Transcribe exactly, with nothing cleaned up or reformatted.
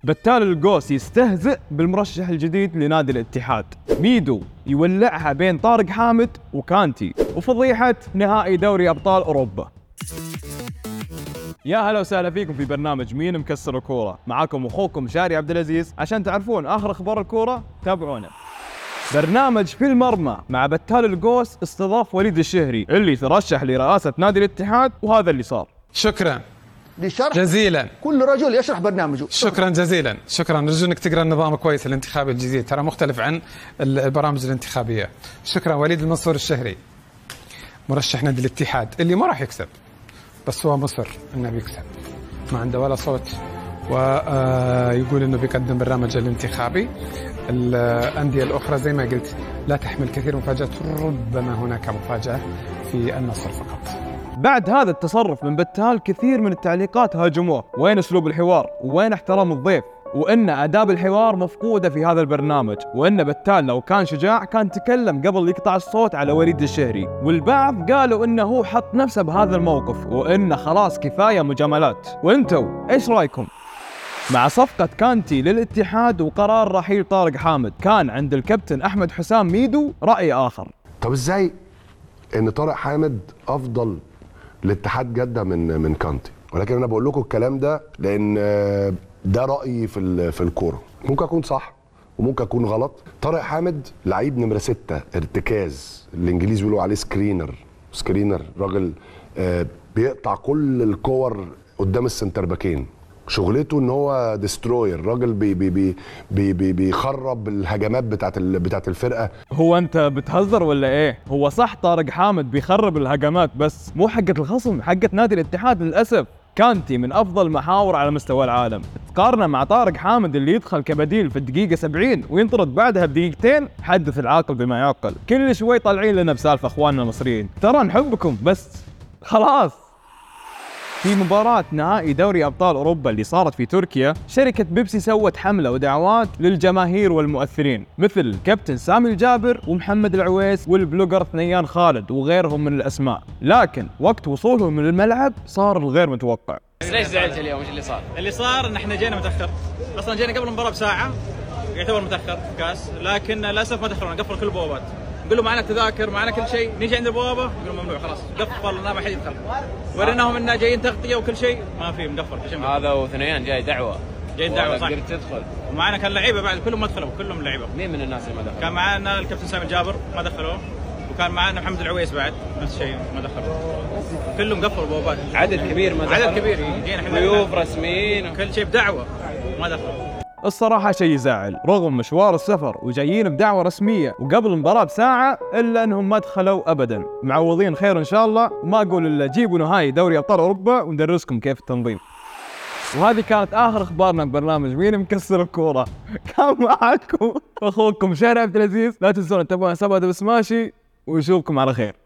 بتال القوس يستهزئ بالمرشح الجديد لنادي الاتحاد. ميدو يولعها بين طارق حامد وكانتي. وفضيحة نهائي دوري أبطال أوروبا. يا هلا وسهلا فيكم في برنامج مين مكسر الكورة. معاكم أخوكم شاري عبد العزيز. عشان تعرفون آخر أخبار الكورة تابعونا. برنامج في المرمى مع بتال القوس استضاف وليد الشهري اللي ترشح لرئاسة نادي الاتحاد، وهذا اللي صار. شكرا لشرح جزيلا. كل رجل يشرح برنامجه. شكرا جزيلا. شكرا. نرجو انك تقرا النظام كويس الانتخابي الجديد، ترى مختلف عن البرامج الانتخابيه. شكرا. وليد المنصور الشهري مرشح نادي الاتحاد اللي ما راح يكسب، بس هو مصر انه بيكسب، ما عنده ولا صوت، ويقول انه بيقدم برنامج الانتخابي. الانديه الاخرى زي ما قلت لا تحمل كثير مفاجات، ربما هناك مفاجاه في النصر فقط. بعد هذا التصرف من بتال كثير من التعليقات هاجموه. وين اسلوب الحوار؟ وين احترام الضيف؟ وان آداب الحوار مفقودة في هذا البرنامج، وان بتال لو كان شجاع كان تكلم قبل يقطع الصوت على وليد الشهري. والبعض قالوا انه هو حط نفسه بهذا الموقف، وانه خلاص كفاية مجاملات. وانتوا ايش رايكم؟ مع صفقة كانتي للاتحاد وقرار رحيل طارق حامد، كان عند الكابتن احمد حسام ميدو رأي اخر. طب ازاي ان طارق حامد افضل لاتحاد جدة من من كانتي؟ ولكن انا بقول لكم الكلام ده لان ده رايي في في الكوره، ممكن اكون صح وممكن اكون غلط. طارق حامد لعيب نمره ستة ارتكاز، الانجليز بيقولوا عليه سكرينر. سكرينر راجل بيقطع كل الكور قدام السنتر باكين، شغلته ان هو ديستروير، راجل بي بي بي بي بي بيخرب الهجمات بتاعت بتاعت الفرقه. هو انت بتهزر ولا ايه؟ هو صح طارق حامد بيخرب الهجمات، بس مو حقة الخصم، حقة نادي الاتحاد للاسف. كانتي من افضل محاور على مستوى العالم، تقارنه مع طارق حامد اللي يدخل كبديل في الدقيقه سبعين وينطرد بعدها بدقيقتين. حدث العاقل بما يعقل. كل شوي طالعين لنا بسالفه اخواننا المصريين، ترى نحبكم بس خلاص. في مباراة نهائي دوري أبطال أوروبا اللي صارت في تركيا، شركة بيبسي سوت حملة ودعوات للجماهير والمؤثرين مثل كابتن سامي الجابر ومحمد العويس والبلوجر ثنيان خالد وغيرهم من الأسماء، لكن وقت وصولهم من الملعب صار الغير متوقع. ليش زعلت اليوم؟ ايش اللي صار؟ اللي صار ان احنا جينا متأخر، أصلا جينا قبل المباراة بساعة، يعتبر متأخر في كاس، لكن للأسف ما دخلونا، قفلوا كل البوابات. نقول له معنا تذاكر، معنا كل شيء، نيجي عند البوابه يقولوا ممنوع، خلاص قفل لنا ما حد يدخل. وريناهم اننا جايين تغطيه وكل شيء، ما في، مقفل كل شيء. هذا وثنيان جاي دعوه جاي دعوه صح. قدرت تدخل. ومعنا كان لعيبه بعد كلهم ما دخلوا، كلهم لعيبه. مين من الناس اللي ما دخلوا؟ كان معنا الكابتن سامي الجابر ما دخلوه، وكان معنا محمد العويس بعد نفس الشيء ما دخلوا. كلهم قفلوا البوابات. عدد كبير ما دخلوا. عدد كبير جينا احنا ضيوف رسميين كل شيء بدعوه ما دخلوا. الصراحة شيء يزعل، رغم مشوار السفر وجايين بدعوة رسمية وقبل المباراة بساعة، إلا أنهم ما دخلوا أبدا. معوضين خير إن شاء الله، وما أقول إلا جيبوا نهائي دوري أبطال أوروبا وندرسكم كيف التنظيم. وهذه كانت آخر أخبارنا ببرنامج مين مكسر الكورة. كان معاكم أخوكم شاري عبد العزيز. لا تنسون تتابعون حساب هذا بس ماشي، ونشوفكم على خير.